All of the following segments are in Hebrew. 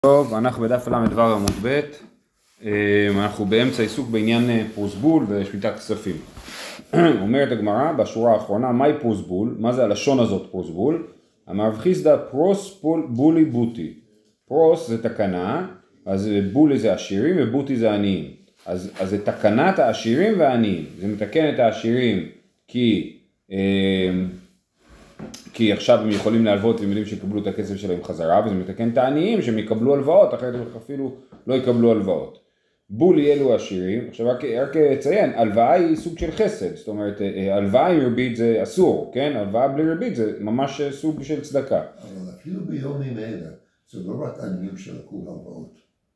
טוב, אנחנו בדף ל"ו עמוד ב', אנחנו באמצע עיסוק בעניין פרוסבול ושמיטת כספים. אומרת הגמרא בשורה האחרונה, מהי פרוסבול? מה זה הלשון הזאת פרוסבול? אמר רב חיסדא פרוס בולי בוטי. פרוס זה תקנה, אז בולי זה עשירים ובוטי זה עניים. אז זה תקנת העשירים והעניים. זה מתקן את העשירים כי עכשיו הם יכולים להלוות והם יודעים שיקבלו את הכסף שלהם חזרה, וזה מתקן את העניים שהם יקבלו הלוואות, אחרת הם אפילו לא יקבלו הלוואות. בולי אלו עשירים. עכשיו רק ציין, הלוואה היא סוג של חסד, זאת אומרת, הלוואה עם ריבית זה אסור, כן? הלוואה בלי ריבית זה ממש סוג של צדקה. אבל אפילו ביומים אלה, זה לא רק עניים שלקחו הלוואות.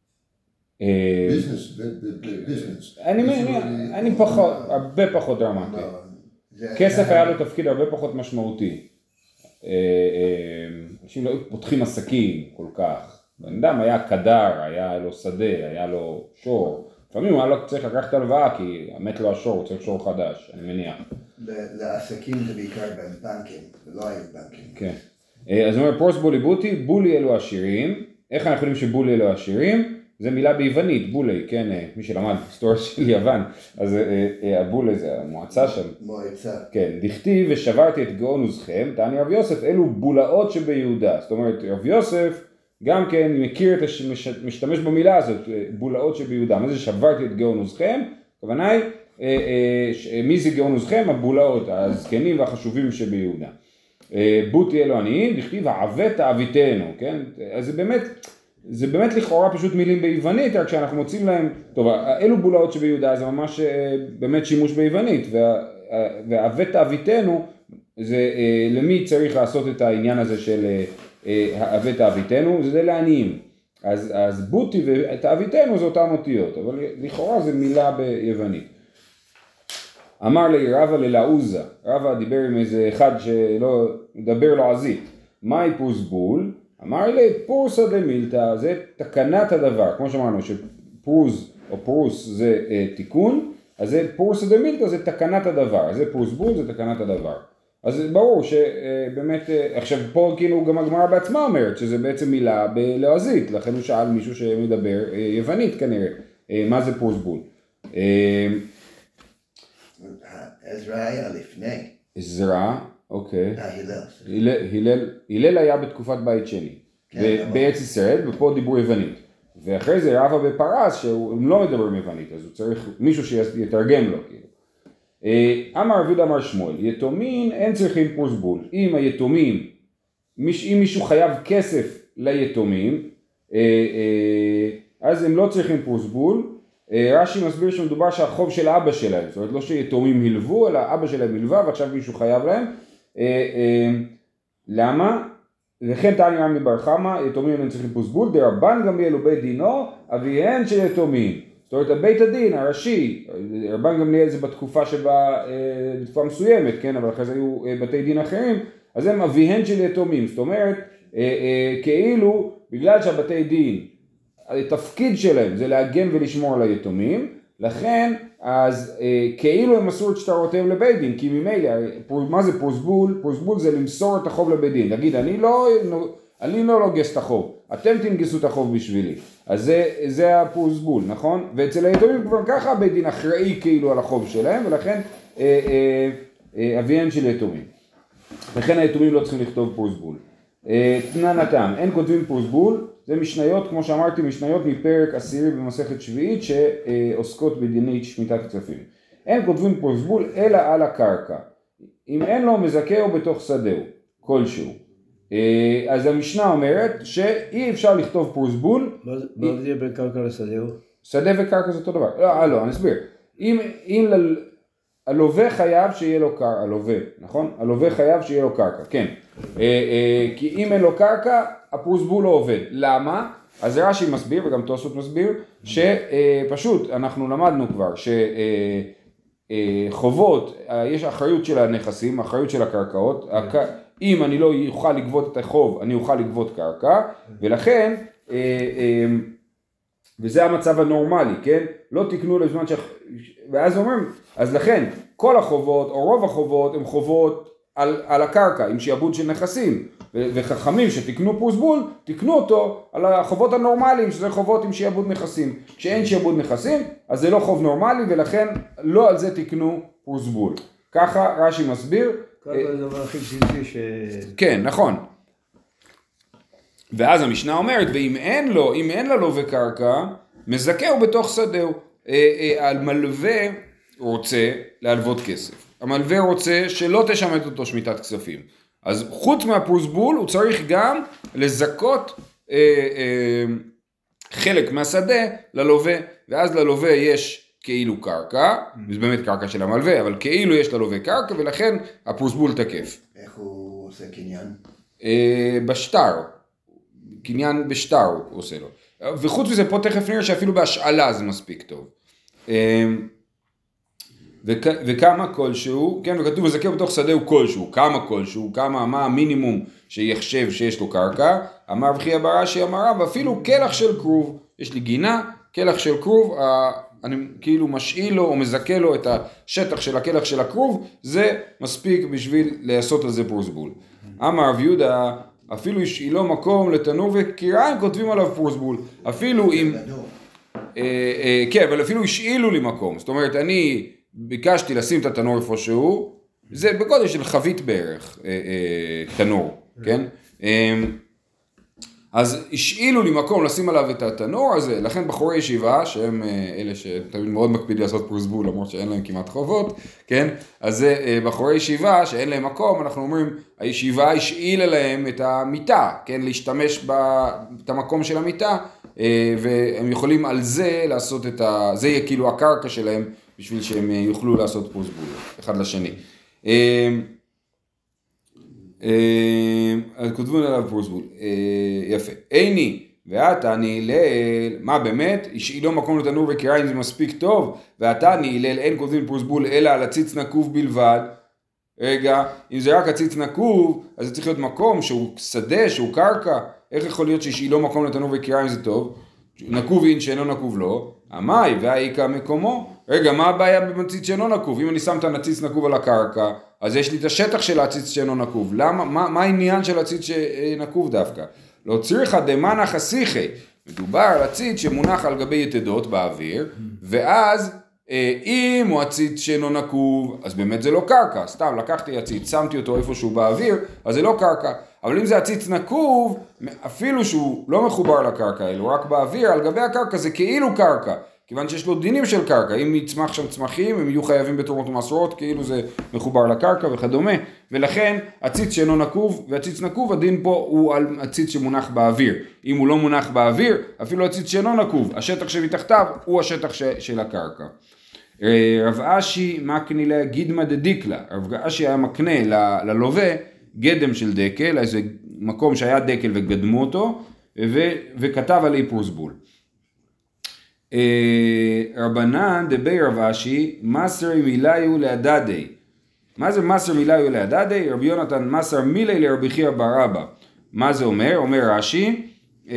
ביזנס. אני פחות, הרבה פחות דרמטי. כסף היה לו תפקיד הרבה פחות משמעותי. אנשים לא פותחים עסקים כל כך. בן אדם היה קדר, היה לו שדה, היה לו שור. לפעמים הוא היה לו צריך לקחת הלוואה כי מת לו השור, הוא צריך שור חדש, אני מניח. לעסקים זה בעיקר בבנקים, ולא היו בנקים. כן. אז הוא אומר פרוס בולי בוטי, בולי אלו עשירים. איך אנחנו יודעים שבולי אלו עשירים? זה מילה ביוונית, בולי, כן, מי שלמד היסטוריה של יוון, אז הבולי זה המועצה שם. מועצה. כן, דכתיב ושברתי את גאון עוזכם, תעני רב יוסף, אלו בולאות שביהודה. זאת אומרת, רב יוסף גם כן מכיר, משתמש במילה הזאת, בולאות שביהודה. מה זה שברתי את גאון עוזכם? הכוונה היא, מי זה גאון עוזכם? הבולאות, הזקנים והחשובים שביהודה. בוטי אלו עניים, דכתיב העוות העביתנו, כן? אז זה באמת לכאורה פשוט מילים ביוונית, רק שאנחנו מוצאים להם, טוב, אלו בולאות שביהודה זה ממש באמת שימוש ביוונית, והעוות העביתנו, זה למי צריך לעשות את העניין הזה של העוות העביתנו, זה לעניים. אז בוטי ועביתנו זה אותם אותיות, אבל לכאורה זה מילה ביוונית. אמר לי רבא ללעוזה, רבא דיבר עם איזה אחד שלא מדבר לו עזית, מהי פרוסבול? אמר לי, פורסא דמילתא, זה תקנת הדבר, כמו שאמרנו, שפרוס או פרוס זה תיקון, אז זה פורסא דמילתא זה תקנת הדבר, זה פרוסבול זה תקנת הדבר. אז ברור שבאמת, עכשיו פה כאילו גם הגמרא בעצמה אומרת, שזה בעצם מילה בלועזית, לכן הוא שאל מישהו שמדבר יוונית כנראה, מה זה פרוסבול. עזרא היה לפני. עזרא. אוקיי. הלל היה בתקופת בית שני, בארץ ישראל, ופה דיברו יוונית. ואחרי זה רבא בפרס, שהוא לא מדבר יוונית, אז הוא צריך מישהו שיתרגם לו. אמר רב יהודה אמר שמואל, יתומים אין צריכים פרוסבול. אם היתומים, אם מישהו חייב כסף ליתומים, אז הם לא צריכים פרוסבול. רש"י מסביר שמדובר שהחוב של אבא שלהם, זאת אומרת לא שיתומים הלוו, אלא אבא שלהם הלווה ועכשיו מישהו חייב להם. למה? וכן תעני רמי בר חמא, יתומים אין צריכים פרוסבול, דרבן גמליאל ובית דינו, אביהן של יתומים. זאת אומרת, בית הדין הראשי, רבן גמליאל זה בתקופה שבה, בתקופה מסוימת, כן, אבל אחרי זה היו בתי דין אחרים, אז הם אביהן של יתומים. זאת אומרת, כאילו, בגלל שהבתי דין, התפקיד שלהם זה להגן ולשמור על היתומים, לכן אז כאילו הם מסרו את שטרותיהם לבית דין, כי ממילא, מה זה פרוסבול? פרוסבול זה למסור את החוב לבית דין, להגיד אני לא לוגס את החוב, אתם תנגסו את החוב בשבילי, אז זה הפרוסבול, נכון? ואצל היתומים כבר ככה הבית דין אחראי כאילו על החוב שלהם, ולכן אביהם של יתומים, לכן היתומים לא צריכים לכתוב פרוסבול. תננתם, אין כותבים פרוסבול, זה משניות, כמו שאמרתי, משניות מפרק עשירי במסכת שביעית שעוסקות בדיני שמיטת כספים. אין כותבים פרוסבול אלא על הקרקע. אם אין לו מזכהו בתוך שדהו, כלשהו. אז המשנה אומרת שאי אפשר לכתוב פרוסבול. מה זה בין קרקע לשדהו? שדה וקרקע זה אותו דבר. לא, אני אסביר. אם הלווה חייב שיהיה לו קרקע, הלווה, נכון? הלווה חייב שיהיה לו קרקע, כן. כי אם אין לו קרקע, הפרוסבול לא עובד. למה? אז רש"י מסביר, וגם תוספות מסביר, שפשוט אנחנו למדנו כבר, שחובות, יש אחריות של הנכסים, אחריות של הקרקעות, אם אני לא אוכל לגבות את החוב, אני אוכל לגבות קרקע, ולכן, וזה המצב הנורמלי, כן? לא תקנו לזמן ואז אומרים, אז לכן, כל החובות, או רוב החובות, הם חובות על הקרקע, עם שיעבוד של נכסים, וחכמים שתקנו פרוסבול, תקנו אותו על החובות הנורמליים, שזה חובות עם שיעבוד נכסים. כשאין שיעבוד נכסים, אז זה לא חוב נורמלי, ולכן לא על זה תקנו פרוסבול. ככה רש"י מסביר. כל הדבר הכי בסיסי ש... כן, נכון. ואז המשנה אומרת, ואם אין לה לווה קרקע, מזכהו בתוך שדהו. המלווה רוצה להלוות כסף. המלווה רוצה שלא תשמט אותו שמיטת כספים. אז חוץ מהפרוסבול הוא צריך גם לזכות חלק מהשדה ללווה, ואז ללווה יש כאילו קרקע, זה באמת קרקע של המלווה, אבל כאילו יש ללווה קרקע, ולכן הפרוסבול תקף. איך הוא עושה קניין? בשטר, קניין בשטר הוא עושה לו. וחוץ מזה פה תכף נראה שאפילו בהשאלה זה מספיק טוב. וכמה כלשהו, כן, וכתוב וזכהו בתוך שדהו כלשהו, כמה כלשהו, מה המינימום שיחשב שיש לו קרקע, אמר וחיה ברש"י אמרה, ואפילו כלח של כרוב, יש לי גינה, כלח של כרוב, אני כאילו משאיל לו או מזכה לו את השטח של הכלח של הכרוב, זה מספיק בשביל לעשות על זה פרוסבול. אמר רב יהודה, אפילו השאילו מקום לתנור וקיריים כותבים עליו פרוסבול, אפילו אם, כן, אבל אפילו השאילו לי מקום, זאת אומרת אני ביקשתי לשים את התנור איפשהו, זה בגודל של חבית בערך, תנור, כן? אז השאילו לי מקום לשים עליו את התנור הזה, לכן בחורי ישיבה, שהם אלה שתמיד מאוד מקפיד לעשות פרוסבול, למרות שאין להם כמעט חובות, כן? אז זה בחורי ישיבה שאין להם מקום, אנחנו אומרים, הישיבה השאילה להם את המיטה, כן? להשתמש את המקום של המיטה, והם יכולים על זה לעשות זה יהיה כאילו הקרקע שלהם, בשביל שהם יוכלו לעשות פרוסבול, אחד לשני. אז כותבו עליו פרוסבול, יפה. איני ואתה נהילל, מה באמת? השאילו מקום לתנור וקיריים זה מספיק טוב, ואתה נהילל, אין כותבים פרוסבול אלא על הציץ נקוב בלבד. רגע, אם זה רק הציץ נקוב, אז זה צריך להיות מקום שהוא שדה, שהוא קרקע. איך יכול להיות שהשאילו מקום לתנור וקיריים זה טוב? נקוב אין שאינו נקוב לא, המאי והאיקה מקומו. רגע, מה הבעיה בציץ שאינו נקוב? אם אני שם את הציץ נקוב על הקרקע, אז יש לי את השטח של הציץ שאינו נקוב. למה? מה העניין של הציץ שנקוב דווקא? לא צריכה דמנה חסיכי. מדובר על הציץ שמונח על גבי יתדות באוויר, ואז אם הוא הציץ שאינו נקוב, אז באמת זה לא קרקע. סתם לקחתי הציץ, שמתי אותו איפשהו באוויר, אז זה לא קרקע. אבל אם זה הציץ נקוב, אפילו שהוא לא מחובר לקרקע, אלא רק באוויר, על גבי הקרקע זה כאילו קרקע. כיוון שיש לו דינים של קרקע, אם יצמח שם צמחים, הם יהיו חייבים בתרומות ומסורות, כאילו זה מחובר לקרקע וכדומה, ולכן הציץ שאינו נקוב, והציץ נקוב, הדין פה הוא על הציץ שמונח באוויר. אם הוא לא מונח באוויר, אפילו הציץ שאינו נקוב, השטח שמתחתיו הוא השטח של הקרקע. רב אשי מקני לה גידמה דדיקלה, רב אשי היה מקנה ללווה גדם של דקל, איזה מקום שהיה דקל וגדמו אותו, וכתב עלי פרוסבול. רבנן דבי רב אשי מסר מיליו להדדי. מה זה מסר מיליו להדדי? רבי יונתן מסר מילי לרבי חייא בר אבא. מה זה אומר? אומר רש"י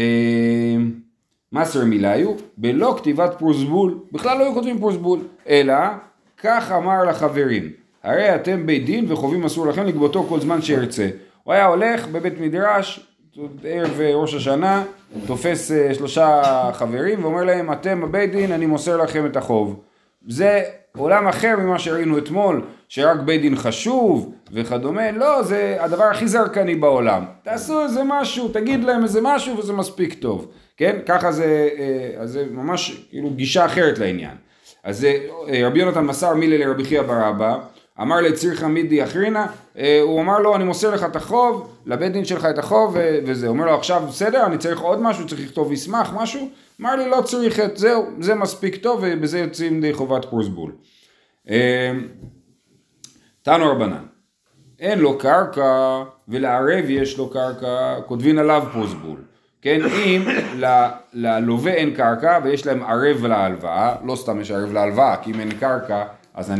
מסר מיליו בלא כתיבת פרוסבול, בכלל לא היו כותבים פרוסבול, אלא כך אמר לחברים, הרי אתם בית דין וחובים אסור לכם לגבותו כל זמן שירצה. הוא היה הולך בבית מדרש ערב ראש השנה, תופס 3 חברים ואומר להם, אתם בבית דין, אני מוסר לכם את החוב. זה עולם אחר ממה שראינו אתמול, שרק בית דין חשוב וכדומה. לא, זה הדבר הכי זרקני בעולם. תעשו איזה משהו, תגיד להם איזה משהו וזה מספיק טוב. כן? ככה זה ממש כאילו גישה אחרת לעניין. אז רבי יונתן מסר מילי לרבי חייא בר אבא, אמר לצריך מידי אחרינה, הוא אמר לו אני מוסר לך את החוב, לבית דין שלך את החוב וזה, הוא אומר לו עכשיו בסדר, אני צריך עוד משהו, צריך לכתוב מסמך משהו, אמר לי לא צריך את זהו, זה מספיק טוב ובזה יוצאים די חובת פרוסבול. תנו רבנן, אין לו קרקע ולערב יש לו קרקע, כותבין עליו פרוסבול. כן, אם ללווה אין קרקע ויש להם ערב להלוואה, לא סתם יש ערב להלוואה, כי אם אין קרקע אז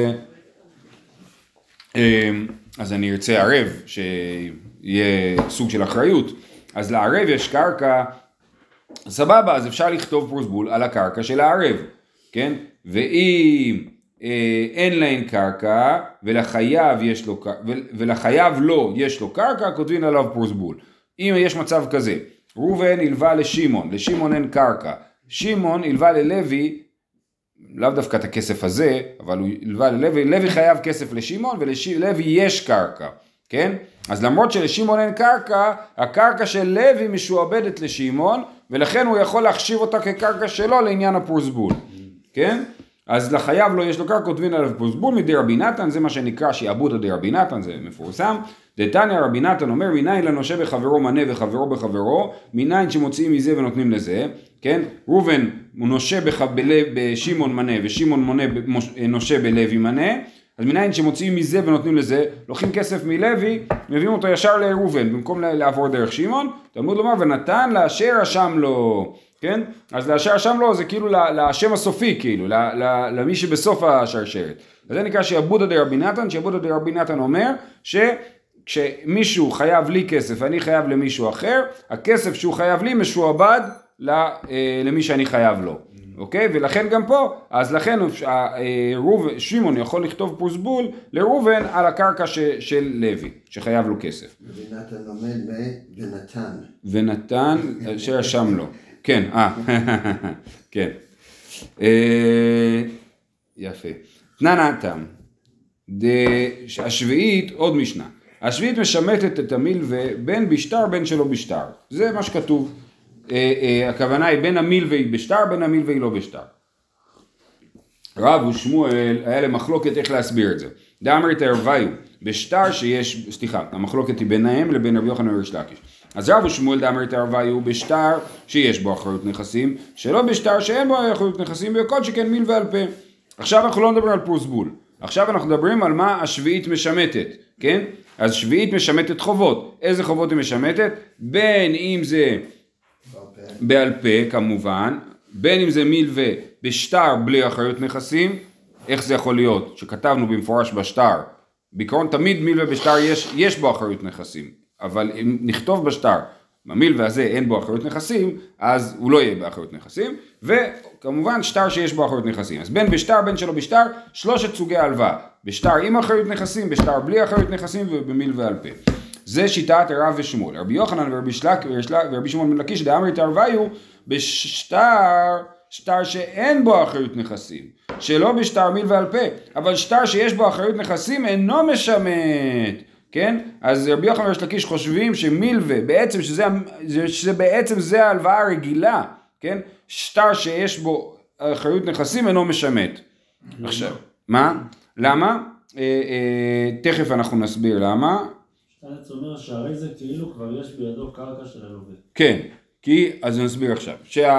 אני ארצה ערב שיהיה סוג של אחריות, אז לערב יש קרקע, סבבה, אז אפשר לכתוב פרוסבול על הקרקע של הערב, כן? ואם אין להן קרקע, ולחייב לא יש לו קרקע, כותבים עליו פרוסבול. אם יש מצב כזה, ראובן הלווה לשמעון אין קרקע, שמעון הלווה ללוי, לאו דווקא את הכסף הזה, אבל הוא הלווה ללוי, לוי חייב כסף לשמעון, וללוי יש קרקע, כן? אז למרות שלשמעון אין קרקע, הקרקע של לוי משועבדת לשמעון, ולכן הוא יכול להחשיב אותה כקרקע שלו לעניין הפרוסבול, כן? אז לחייב לא יש לו קרקע, כותבים עליו פרוסבול מדי רבי נתן, זה מה שנקרא שיעבוד עדי רבי נתן, זה מפורסם. דתניא רבי נתן אומר, מניין לנושה בחברו מנה וחברו בחברו, מניין שמוציאים מזה ונותנים לזה, כן? ראובן הוא נושה בשמעון מנה, ושמעון נושה בלוי מנה, אז מניין שמוציאים מזה ונותנים לזה, לוקחים כסף מלוי, מביאים אותו ישר לראובן, במקום לעבור דרך שמעון, תלמוד לומר, ונתן לאשר אשם לו, כן? אז לאשר אשם לו זה כאילו לשם הסופי, כאילו, למי שבסוף השרשרת. אז זה נקרא שיעבוד עדי רבי נתן, שיעבוד עדי רבי נתן אומר, שכשמישהו חייב לי כסף ואני חייב למישהו אחר, הכסף שהוא חייב לי משועבד למי שאני חייב לו. אוקיי? ולכן גם פה, אז לכן שמעון יכול לכתוב פרוסבול לראובן על הקרקע של לוי, שחייב לו כסף. ונתן לומד ונתן. ונתן, שרשם לו. כן, כן. יפה. תננתם. השביעית, עוד משנה. השביעית משמטת את המילווה בין בשטר בין שלא בשטר. זה מה שכתוב. הכוונה היא בין המילווה בשטר, בין המילווה לא בשטר. רב ושמואל היה למחלוקת איך להסביר את זה. דאמרית הרוויו, בשטר שיש, סליחה, המחלוקת היא ביניהם לבין רבי יוחנן וריש לקיש. אז רב ושמואל דאמרית הרוויו בשטר שיש בו אחריות נכסים, שלא בשטר שאין בו אחריות נכסים, וכל שכן מילווה על פה. עכשיו אנחנו לא מדברים על פרוסבול. עכשיו אנחנו מדברים על מה השביעית משמטת, כן? אז שביעית משמטת חובות. איזה חובות היא משמטת? בין אם זה בעל פה כמובן, בין אם זה מילווה בשטר בלי אחריות נכסים, איך זה יכול להיות? שכתבנו במפורש בשטר, בעיקרון תמיד מילווה בשטר יש בו אחריות נכסים, אבל אם נכתוב בשטר, במילווה הזה אין בו אחריות נכסים, אז הוא לא יהיה באחריות נכסים, וכמובן שטר שיש בו אחריות נכסים. אז בין בשטר, בין שלא בשטר, שלושת סוגי הלוואה, בשטר עם אחריות נכסים, בשטר בלי אחריות נכסים ובמילווה על פה. זה שיטת רב ושמואל. רבי יוחנן ורבי שמעון בן לקיש דאמרית הרוויו בשטר שאין בו אחריות נכסים, שלא בשטר מילווה על פה, אבל שטר שיש בו אחריות נכסים אינו משמט. כן? אז רבי יוחנן וריש לקיש חושבים שמילווה בעצם שבעצם זה ההלוואה הרגילה, כן? שטר שיש בו אחריות נכסים אינו משמט. עכשיו, מה? למה? תכף אנחנו נסביר למה. שטנץ אומר שהרי זה כאילו כבר יש בידו קרקע של הלווה. כן, אז נסביר עכשיו.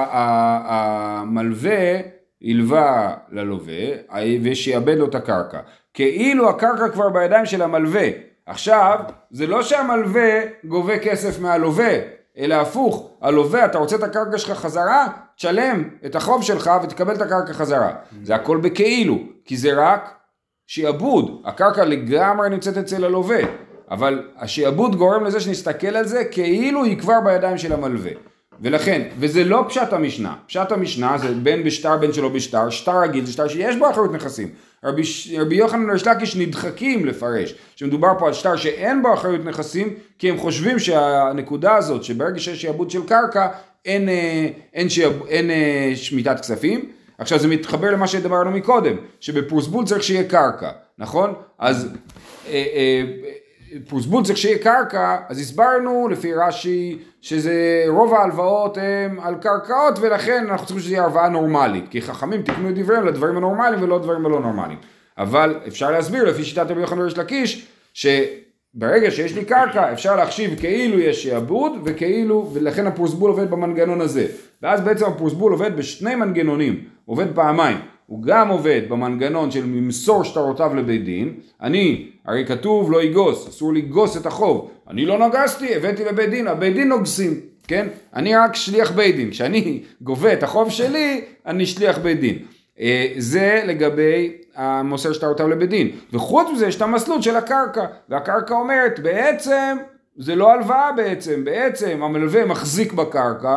שהמלווה הלווה ללווה ושיאבד לו את הקרקע. כאילו הקרקע כבר בידיים של המלווה. עכשיו, זה לא שהמלווה גובה כסף מהלווה, אלא הפוך, הלווה, אתה רוצה את הקרקע שלך חזרה, תשלם את החוב שלך ותקבל את הקרקע חזרה. זה הכל בכאילו, כי זה רק שיעבוד, הקרקע לגמרי נמצאת אצל הלווה, אבל השיעבוד גורם לזה שנסתכל על זה כאילו היא כבר בידיים של המלווה. ולכן, וזה לא פשט המשנה, פשט המשנה זה בין בשטר בין שלא בשטר, שטר רגיל זה שטר שיש בו אחריות נכסים. רבי יוחנן וריש לקיש נדחקים לפרש, שמדובר פה על שטר שאין בו אחריות נכסים, כי הם חושבים שהנקודה הזאת, שברגע שיש שיעבוד של קרקע, אין שמיטת כספים. עכשיו זה מתחבר למה שדברנו מקודם, שבפרוסבול צריך שיהיה קרקע, נכון? אז פרוסבול צריך שיהיה קרקע, אז הסברנו לפי רש"י שזה רוב ההלוואות הם על קרקעות, ולכן אנחנו צריכים שזה יהיה הלוואה נורמלית, כי חכמים תקנו את דבריהם לדברים הנורמליים ולא דברים הלא נורמליים. אבל אפשר להסביר לפי שיטת רבי יוחנן וריש לקיש, שברגע שיש לי קרקע אפשר להחשיב כאילו יש שיעבוד, ולכן הפרוסבול עובד במנגנון הזה. ואז בעצם הפרוסבול עובד בשני מנגנונים, עובד פעמיים. הוא גם עובד במנגנון של ממסור שטרותיו לבית דין, הרי כתוב לא יגוס, אסור לגוס את החוב, אני לא נגסתי, הבאתי לבית דין, הבית דין נוגסים, כן? אני רק שליח בית דין, כשאני גובה את החוב שלי, אני שליח בית דין. זה לגבי המוסר שטרותיו לבית דין, וחוץ מזה יש את המסלול של הקרקע, והקרקע אומרת בעצם, זה לא הלוואה בעצם המלווה מחזיק בקרקע,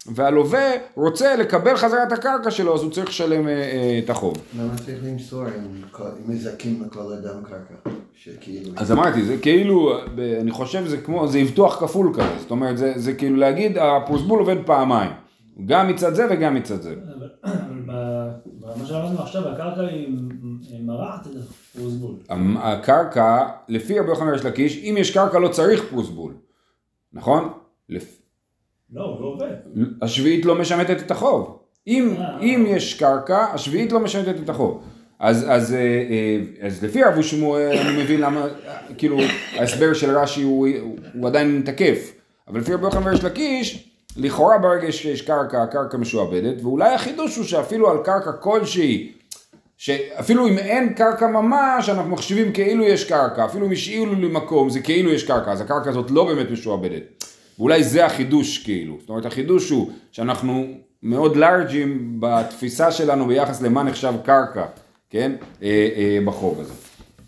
והלווה רוצה לקבל חזרה את הקרקע שלו, אז הוא צריך לשלם את החוב. למה צריך למסור אם מזכים לכל אדם קרקע? שכאילו... אז אמרתי, זה כאילו, אני חושב זה יבטוח כפול כזה, זאת אומרת, זה כאילו להגיד, הפרוסבול עובד פעמיים, גם מצד זה וגם מצד זה. מה שאמרנו עכשיו, הקרקע היא מרעת את הפרוסבול. הקרקע, לפי רבי יוחנן ריש לקיש, אם יש קרקע לא צריך פרוסבול, נכון? לא, הוא לא עובד. השביעית לא משמטת את החוב. אם יש קרקע, השביעית לא משמטת את החוב. אז לפי רבי שמואל אני מבין למה, כאילו, ההסבר של רש"י הוא עדיין תקף. אבל לפי רבי יוחנן ריש לקיש, לכאורה ברגע שיש קרקע, הקרקע משועבדת, ואולי החידוש הוא שאפילו על קרקע כלשהי, שאפילו אם אין קרקע ממש, אנחנו מחשיבים כאילו יש קרקע, אפילו אם השאירו לי מקום, זה כאילו יש קרקע, אז הקרקע הזאת לא באמת משועבדת. ואולי זה החידוש כאילו, זאת אומרת החידוש הוא שאנחנו מאוד לארג'ים בתפיסה שלנו ביחס למה נחשב קרקע, כן, בחוב הזה.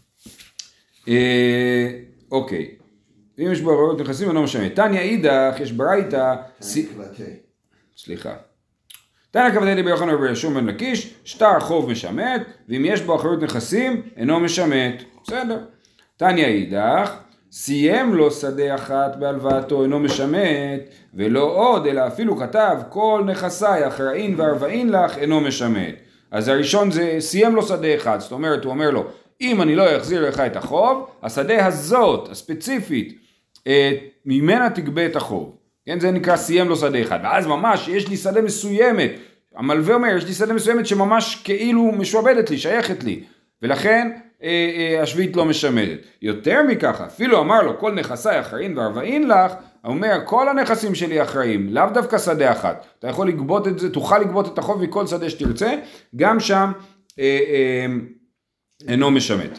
אוקיי, אם יש בערבות נכסים אינו משמט. תניא אידך, יש ברייתא, סליחה. תניא כבתי רבי יוחנן רבי יהושע בן לקיש, שטר חוב משמט, ואם יש בו אחריות נכסים אינו משמט. בסדר. תניא אידך, סיים לו שדה אחת בהלוואתו אינו משמט, ולא עוד, אלא אפילו כתב כל נכסי אחראין וערבאין לך אינו משמט. אז הראשון זה סיים לו שדה אחד, זאת אומרת הוא אומר לו, אם אני לא אחזיר לך את החוב, השדה הזאת, הספציפית, ממנה תגבה את החוב. כן, זה נקרא סיים לו שדה אחד, ואז ממש יש לי שדה מסוימת, המלווה אומר יש לי שדה מסוימת שממש כאילו משועבדת לי, שייכת לי, ולכן השביעית לא משמדת. יותר מכך, אפילו אמר לו כל נכסי אחראין וערבאין לך, הוא אומר כל הנכסים שלי אחראים, לאו דווקא שדה אחת, אתה יכול לגבות את זה, תוכל לגבות את החוב מכל שדה שתרצה, גם שם אינו משמט.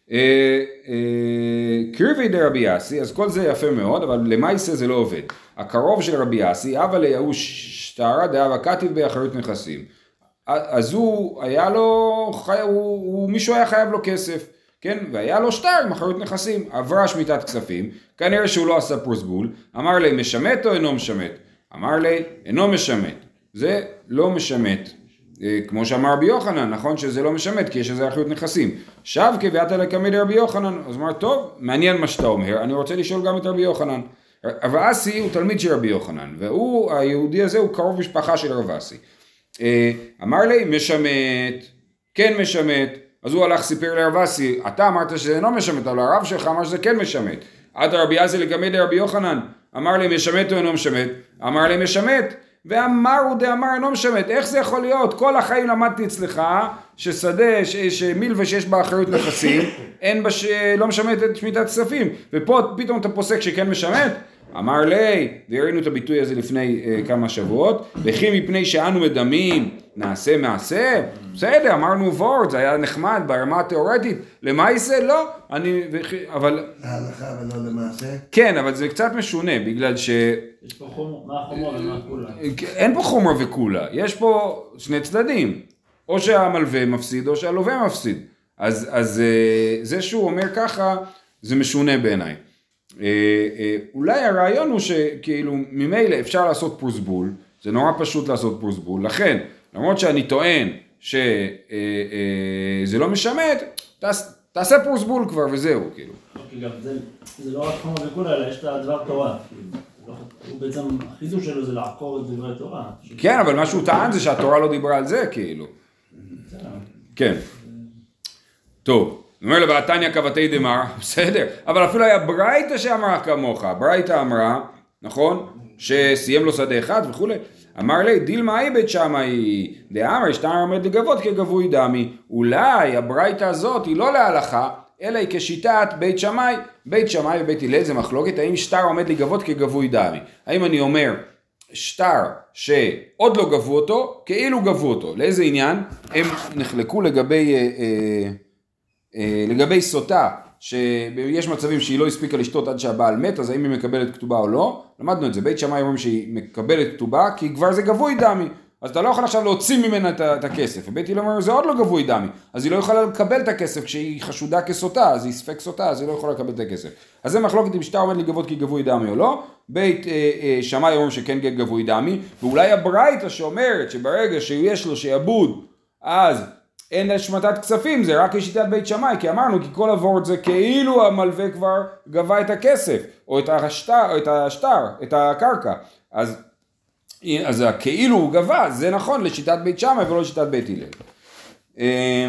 קרבי דרבי אסי, אז כל זה יפה מאוד, אבל למעשה זה לא עובד. הקרוב של רבי אסי, אבא ליהו שטרה דאבה כתיב באחריות נכסים. אז הוא היה לו, מישהו היה חייב לו כסף, כן? והיה לו שטר עם אחריות נכסים, עברה שמיטת כספים, כנראה שהוא לא עשה פרוסבול, אמר לי משמט או אינו משמט? אמר לי אינו משמט, זה לא משמט. כמו שאמר רבי יוחנן, נכון שזה לא משמט, כי יש איזה אחריות נכסים. שב כביאת לקמא רבי יוחנן, אז אמר, טוב, מעניין מה שאתה אומר, אני רוצה לשאול גם את רבי יוחנן. רב אסי הוא תלמיד של רבי יוחנן, והוא, היהודי הזה, הוא קרוב משפחה של רב אסי. אמר לי, משמט, כן משמט, אז הוא הלך סיפר לרב אסי, אתה אמרת שזה לא משמט, אבל הרב שלך אמר שזה כן משמט. עד רבי אסי לקמא רבי יוחנן, אמר לי, משמט או אינו משמט? אמר לי, משמט. ואמרו דאמר אינו משמט, איך זה יכול להיות? כל החיים למדתי אצלך ששדה, שמילווה שיש בה אחריות נכסים, אין בה לא משמט את שמיטת כספים, ופה פתאום אתה פוסק שכן משמט? אמר לי, והראינו את הביטוי הזה לפני כמה שבועות, וכי מפני שאנו מדמים נעשה מעשה, בסדר, אמרנו וורד, זה היה נחמד ברמה התיאורטית, למעשה לא, אבל... להלכה ולא למעשה? כן, אבל זה קצת משונה, בגלל ש... יש פה חומר, מה החומר ומה הכולה? אין פה חומר וכולה, יש פה שני צדדים, או שהמלווה מפסיד או שהלווה מפסיד, אז זה שהוא אומר ככה, זה משונה בעיניי. אולי הרעיון הוא שכאילו ממילא אפשר לעשות פרוסבול, זה נורא פשוט לעשות פרוסבול, לכן למרות שאני טוען שזה לא משמט, תעשה פרוסבול כבר וזהו כאילו. כי גם זה לא רק חומר וכולה, אלא יש את הדבר תורה, הוא בעצם החידוש שלו זה לעקור את דברי תורה. כן, אבל מה שהוא טען זה שהתורה לא דיברה על זה כאילו. כן. טוב. הוא אומר לה, ועתניא כבתי דמר, בסדר, אבל אפילו היה ברייתא שאמרה כמוך, ברייתא אמרה, נכון, שסיים לו שדה אחד וכו', אמר לי, דילמה היא בית שמאי, דאמר, שטר עומד לגבות כגבוי דמי, אולי הברייתא הזאת היא לא להלכה, אלא היא כשיטת בית שמאי, בית שמאי ובית הלל זה מחלוקת, האם שטר עומד לגבות כגבוי דמי, האם אני אומר, שטר שעוד לא גבו אותו, כאילו גבו אותו, לאיזה עניין? הם נחלקו לגבי סוטה, שיש מצבים שהיא לא הספיקה לשתות עד שהבעל מת, אז האם היא מקבלת כתובה או לא? למדנו את זה, בית שמאי אומרים שהיא מקבלת כתובה, כי כבר זה גבוי דמי, אז אתה לא יכול עכשיו להוציא ממנה את הכסף. ובית הלל אומר, זה עוד לא גבוי דמי, אז היא לא יכולה לקבל את הכסף כשהיא חשודה כסוטה, אז היא ספק סוטה, אז היא לא יכולה לקבל את הכסף. אז זה מחלוקת אם שטר עומד לגבות כגבוי דמי או לא. בית שמאי אומרים שכן גבוי דמי, ואולי הברייתא שאומרת שברגע שיש לו שעבוד, אז אין השמטת כספים, זה רק לשיטת בית שמאי, כי אמרנו, כי כל עבורת זה כאילו המלווה כבר גבה את הכסף, או את השטר, את הקרקע. אז כאילו הוא גבה, זה נכון לשיטת בית שמאי ולא לשיטת בית הלל.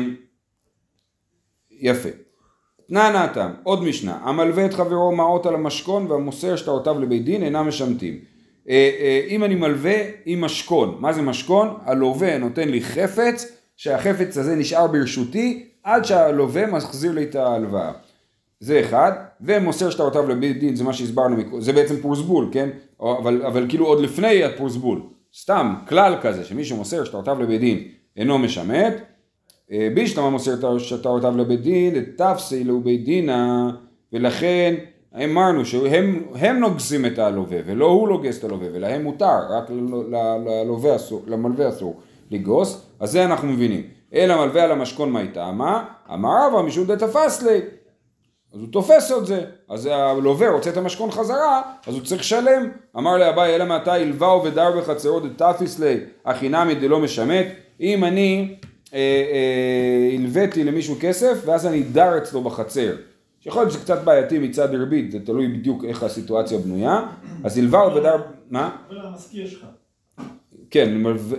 יפה. תנא, עוד משנה, המלווה את חברו מעות על המשכון והמוסר שטרותיו לבית דין אינם משמטים. אם אני מלווה עם משכון, מה זה משכון? הלווה נותן לי חפץ, שהחפץ הזה נשאר ברשותי עד שהלווה מחזיר לי את ההלוואה. זה אחד, ומוסר שטרותיו לבית דין, זה מה שהסברנו, זה בעצם פורסבול, כן? אבל כאילו עוד לפני הפורסבול, סתם כלל כזה, שמי שמוסר שטרותיו לבית דין אינו משמט, בישלמה מוסר שטרותיו לבית דין, תפסי לו בית דינה, ולכן אמרנו שהם נוגסים את הלווה, ולא הוא לוגס את הלווה, ולהם מותר, רק למלווה אסור לגוס, אז זה אנחנו מבינים. אלא מלווה על המשכון מה הייתה? אמר רבא משום דתפס לי, אז הוא תופס את זה, אז הלווה רוצה את המשכון חזרה, אז הוא צריך לשלם. אמר לאביי, אלא מעתה הלווהו ודר בחצרו דתפיס לי, הכי נמי דלא משמט. אם אני הלוויתי למישהו כסף, ואז אני דר אצלו בחצר, שיכול להיות שזה קצת בעייתי מצד ריבית, זה תלוי בדיוק איך הסיטואציה בנויה, אז הלווהו ודר, מה? ולמזכיר שלך. כן,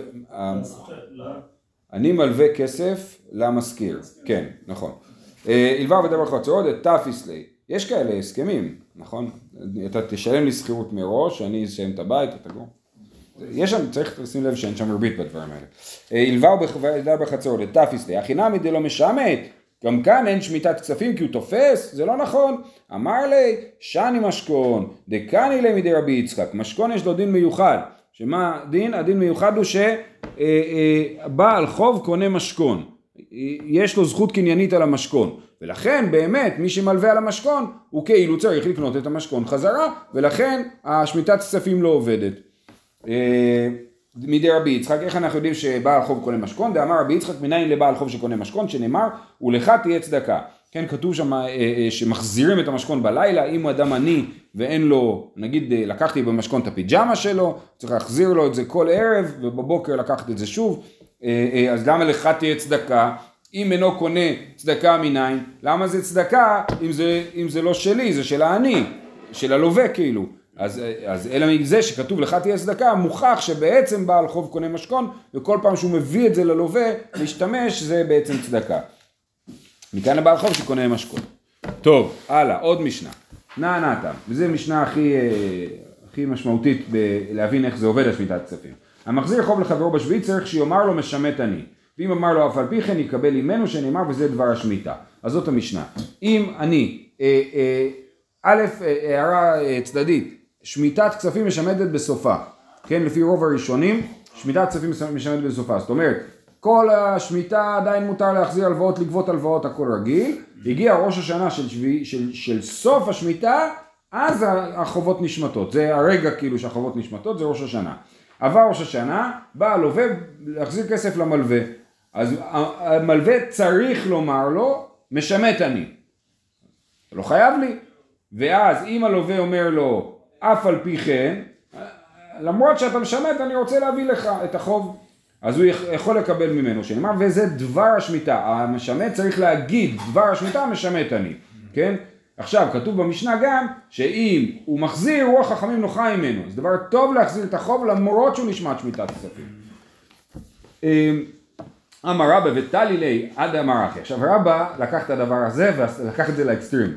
אני מלווה כסף למזכיר, כן, נכון. הלווה ודבר חצרו, תפיס לי, יש כאלה הסכמים, נכון? אתה תשלם לי שכירות מראש, אני אסיים את הבית, אתה גור. יש שם, צריך לשים לב שאין שם ריבית בדברים האלה. הלווה ודבר בחצרו, תפיס לי, הכי נמי דלא משמט, גם כאן אין שמיטת כספים כי הוא תופס, זה לא נכון. אמר לי, שני משכון, דקני לי מדי רבי יצחק, משכון יש לו דין מיוחד. שמה דין? הדין מיוחד הוא שבעל חוב קונה משכון. יש לו זכות קניינית על המשכון. ולכן באמת מי שמלווה על המשכון הוא כאילו צריך לקנות את המשכון חזרה, ולכן השמיטת כספים לא עובדת. מדי רבי יצחק, איך אנחנו יודעים שבעל חוב קונה משכון? דאמר רבי יצחק, מניין לבעל חוב שקונה משכון, שנאמר, ולך תהיה צדקה. כן, כתוב שם שמחזירים את המשכון בלילה, אם הוא אדם עני ואין לו, נגיד לקחתי במשכון את הפיג'מה שלו, צריך להחזיר לו את זה כל ערב, ובבוקר לקחת את זה שוב, אז למה לך תהיה צדקה? אם אינו קונה צדקה מניין, למה זה צדקה אם זה לא שלי, זה של העני, של הלווה כאילו. אז אלא מזה שכתוב לך תהיה צדקה, מוכח שבעצם בעל חוב קונה משכון, וכל פעם שהוא מביא את זה ללווה, להשתמש, זה בעצם צדקה. מכאן לבעל חוב שקונה משכון. טוב, הלאה, עוד משנה. נענתם, וזו משנה הכי משמעותית להבין איך זה עובד השמיטת כספים. המחזיר חוב לחברו בשביעית צריך שיאמר לו משמט אני. ואם אמר לו אף על פי כן יקבל ממנו שנאמר וזה דבר השמיטה. אז זאת המשנה. אם אני, הערה צדדית, שמיטת כספים משמטת בסופה. כן, לפי רוב הראשונים, שמיטת כספים משמטת בסופה. זאת אומרת, כל השמיטה עדיין מותר להחזיר הלוואות, לגבות הלוואות, הכל רגיל. הגיע ראש השנה של סוף השמיטה, אז החובות נשמטות. זה הרגע כאילו שהחובות נשמטות, זה ראש השנה. עבר ראש השנה, בא הלווה להחזיר כסף למלווה. אז המלווה צריך לומר לו, משמט אני. לא חייב לי. ואז אם הלווה אומר לו, אף על פי כן, למרות שאתה משמט, אני רוצה להביא לך את החוב. אז הוא יכול לקבל ממנו שנאמר, וזה דבר השמיטה. המשמט צריך להגיד, דבר השמיטה משמט אני. כן? עכשיו, כתוב במשנה גם, שאם הוא מחזיר, רוח חכמים נוחה ממנו. זה דבר טוב להחזיר את החוב, למרות שהוא נשמט שמיטת כספים. אמר רבא ותלי לי עד אמר אחי. עכשיו רבא לקח את הדבר הזה, ולקח את זה לאקסטרים.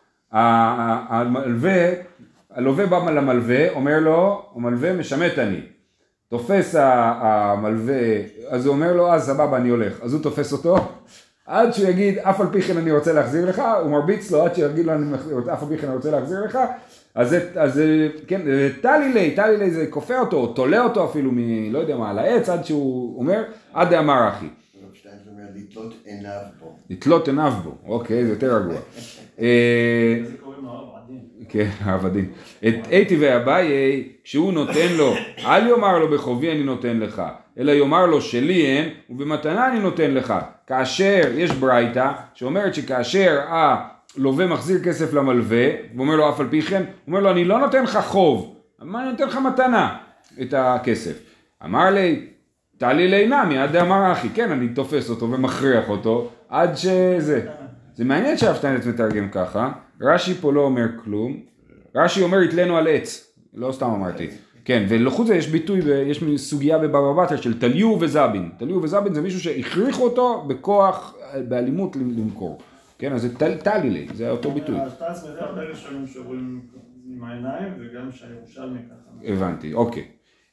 הלווה בא למלווה, אומר לו, המלווה משמט אני. תופס המלווה, אז הוא אומר לו, אז סבבה אני הולך. אז הוא תופס אותו, עד שהוא יגיד, אף על פי כן אני רוצה להחזיר לך, הוא מרביץ לו, עד שיגיד לו, אף על פי כן אני רוצה להחזיר לך, אז כן, תלי לי זה כופה אותו, תולה אותו אפילו לא יודע מה, על העץ, עד שהוא אומר, עד אמר אחי. רב שטיין אומר, לתלות עיניו בו. לתלות עיניו בו, אוקיי, זה יותר רגוע. זה קוראים לו עדין. כן, העבדים. את אתי ואביי, כשהוא נותן לו, אל יאמר לו בחובי אני נותן לך, אלא יאמר לו שלי אין, ובמתנה אני נותן לך. כאשר, יש ברייתא, שאומרת שכאשר הלווה מחזיר כסף למלווה, ואומר לו אף על פי כן, הוא אומר לו אני לא נותן לך חוב, אני נותן לך מתנה את הכסף. אמר לי, תעלי לינמי, עד דאמר אחי, כן, אני תופס אותו ומכריח אותו, עד שזה. זה מעניין שהפטיינץ מתרגם ככה, רש"י פה לא אומר כלום, רש"י אומר יתלנו על עץ, לא סתם אמרתי, כן, ולחוץ זה יש ביטוי, יש סוגיה בבבא בתרא של תליו וזבין, תליו וזבין זה מישהו שהכריח אותו בכוח, באלימות למכור, כן, אז זה תלי לי, זה אותו ביטוי. השטרס מדבר הרבה ראשונים שרואים עם העיניים, וגם שהירושלמי ככה. הבנתי, אוקיי.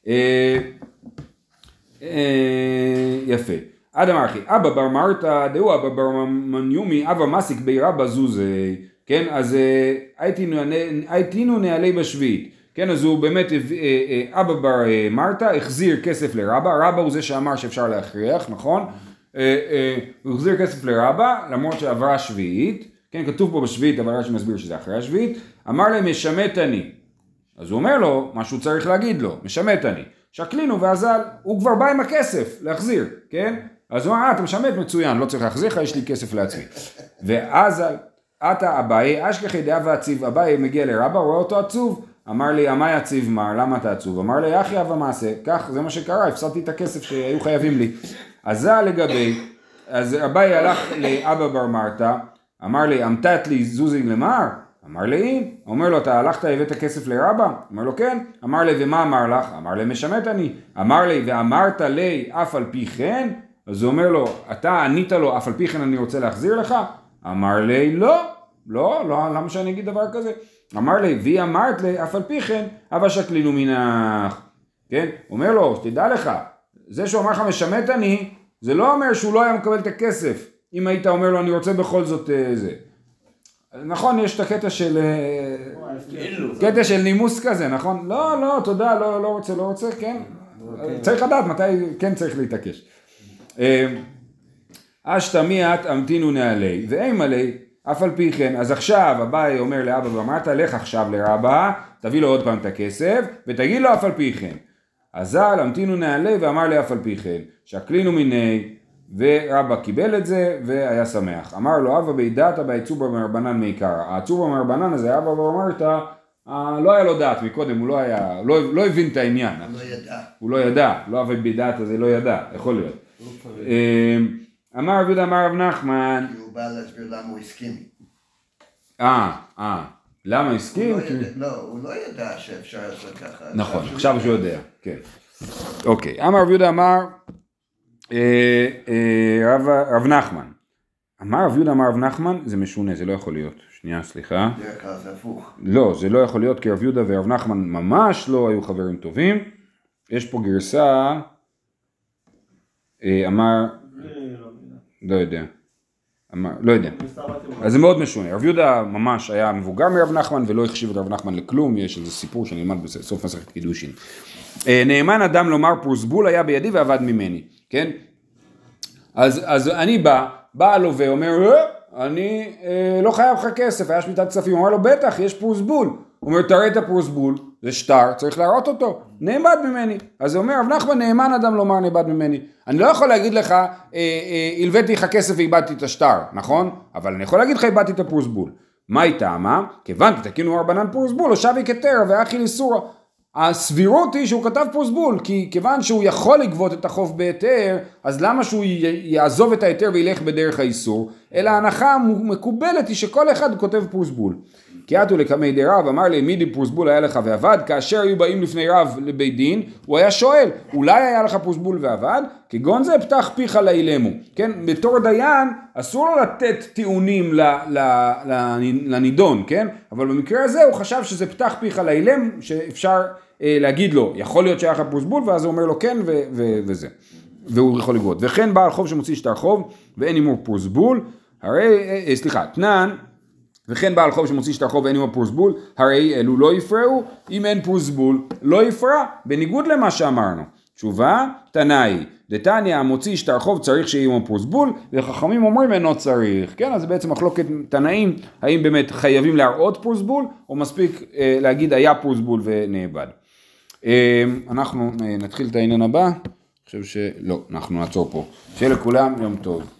יפה. עד אמרכי, אבא בר מרתא, דהו אבא בר מניומי, אבא מסיק בי רבא זוזי, כן, אז הייתינו נעלי בשביעית, כן, אז הוא באמת, אבא בר מרתא החזיר כסף לרבא, רבא הוא זה שאמר שאפשר להכריח, נכון? הוא החזיר כסף לרבא, למרות שעברה שביעית, כן, כתוב פה בשביעית, אבל רש"י מסביר שזה אחרי השביעית, אמר להם משמט אני, אז הוא אומר לו, מה שהוא צריך להגיד לו, משמט אני, שקלינו ואזל, הוא כבר בא עם הכסף להחזיר, כן? אז הוא אמר, אתה משמט מצוין, לא צריך להחזיר לך, יש לי כסף לעצמי. ואזל, אתה אביי, אשכחי דעה ועציב, אביי מגיע לרבא, רואה אותו עצוב, אמר לי, אמי עציב מר, למה אתה עצוב? אמר לי, אחי אבא מעשה, כך, זה מה שקרה, הפסדתי את הכסף שהיו חייבים לי. אז זה לגבי, אז אביי הלך לאבא בר מרתא, אמר לי, אמתת לי זוזי למר? אמר לי, אם, אומר לו, אתה הלכת הבאת כסף לרבא? אמר לו, כן. אמר לי, ומה אמר לך? אמר לי, משמט אני. אמר לי, ואמרת לי, אף על פי כן? אז הוא אומר לו, אתה ענית לו, אף על פי כן אני רוצה להחזיר לך? אמר לי, לא, למה שאני אגיד דבר כזה? אמר לי, והיא אמרת לי, אף על פי כן, אבא שקלינו מנך. כן? אומר לו, תדע לך, זה שהוא אמר לך משמט אני, זה לא אומר שהוא לא היה מקבל את הכסף. אם היית אומר לו, אני רוצה בכל זאת זה. נכון, יש את הקטע של נימוס כזה, נכון? לא, תודה, לא רוצה, כן? צריך לדעת מתי כן צריך להתעקש. אשתמיעת אמתינו נעלי, ואימה לי, אף על פי כן, אז עכשיו אביי אומר לאבא ואמרת, לך עכשיו לרבא, תביא לו עוד פעם את הכסף, ותגיד לו אף על פי כן. אזל אמתינו נעלי ואמר לי אף על פי כן, שקלינו מיני, ורבא קיבל את זה והיה שמח. אמר לו אבא בידעת בעצובה מרבנן מעיקרא. העצובה מרבנן הזה אבא ואמרת לא היה לו דעת מקודם, הוא לא הבין את העניין. הוא לא ידע, לא אבא בידעת הזה לא ידע, יכול להיות. אמר רב יהודה אמר רב נחמן. הוא בא להסביר למה הוא הסכים. למה הסכים? לא, הוא לא ידע שאפשר לעשות ככה. נכון, עכשיו שהוא יודע, כן. אוקיי, אמר רב יהודה אמר רב נחמן. אמר רב יהודה אמר רב נחמן, זה משונה, זה לא יכול להיות. שנייה, סליחה. דרך כלל זה הפוך. לא, זה לא יכול להיות, כי רב יהודה ורב נחמן ממש לא היו חברים טובים. יש פה גרסה, אמר, לא יודע. לא יודע. אז זה מאוד משונה. רב יהודה ממש היה מבוגר מרב נחמן ולא החשיב את רב נחמן לכלום. יש איזה סיפור שנלמד בסוף מסכת קידושין. נאמן אדם לומר פרוסבול היה בידי ועבד ממני. כן? אז אני בא לו ואומר, אני לא חייב לך כסף, היה שמיטת כספים. הוא אומר לו, בטח, יש פרוסבול. הוא אומר, תראה את הפרוסבול, זה שטר, צריך להראות אותו. נאבד ממני. אז הוא אומר, רב נחמן נאמן אדם לומר נאבד ממני. אני לא יכול להגיד לך, הלוויתי לך כסף ואיבדתי את השטר, נכון? אבל אני יכול להגיד לך, איבדתי את הפרוסבול. מה היא טעמה? כיוון תקינו רבנן פרוסבול, או שבי כתר, ואחי לסורה. הסבירות היא שהוא כתב פרוסבול, כי כיוון שהוא יכול לגבות את החוב בהיתר, אז למה שהוא יעזוב את ההיתר וילך בדרך האיסור? אלא ההנחה מקובלת היא שכל אחד כותב פרוסבול. כי עתו לקמי די רב, אמר לי, מידי פרוסבול היה לך ועבד, כאשר היו באים לפני רב לבית דין, הוא היה שואל, אולי היה לך פרוסבול ועבד? כגון זה פתח פיך לאילמו. כן, בתור דיין, אסור לו לתת טיעונים לנידון, כן? אבל במקרה הזה הוא חשב שזה פתח פיך לאילם, שאפשר להגיד לו, יכול להיות שהיה לך פרוסבול, ואז הוא אומר לו כן, וזה. והוא יכול לגבות. וכן בעל חוב שמוציא שטר חוב, ואין עמו פרוסבול, הרי, סליחה, תנן, וכן בעל חוב שמוציא שטר חוב ואין עמו פרוסבול, הרי אלו לא יפרעו, אם אין פרוסבול, לא יפרע, בניגוד למה שאמרנו, תשובה, תנאי, דתניא המוציא שטר חוב צריך שיהיה עמו פרוסבול, וחכמים אומרים אינו צריך, כן, אז זה בעצם מחלוקת תנאים, האם באמת חייבים להראות פרוסבול, או מספיק להגיד היה פרוסבול ונאבד. אנחנו נתחיל את העניין הבא, אני חושב שלא, אנחנו נעצור פה. שיהיה לכולם יום טוב.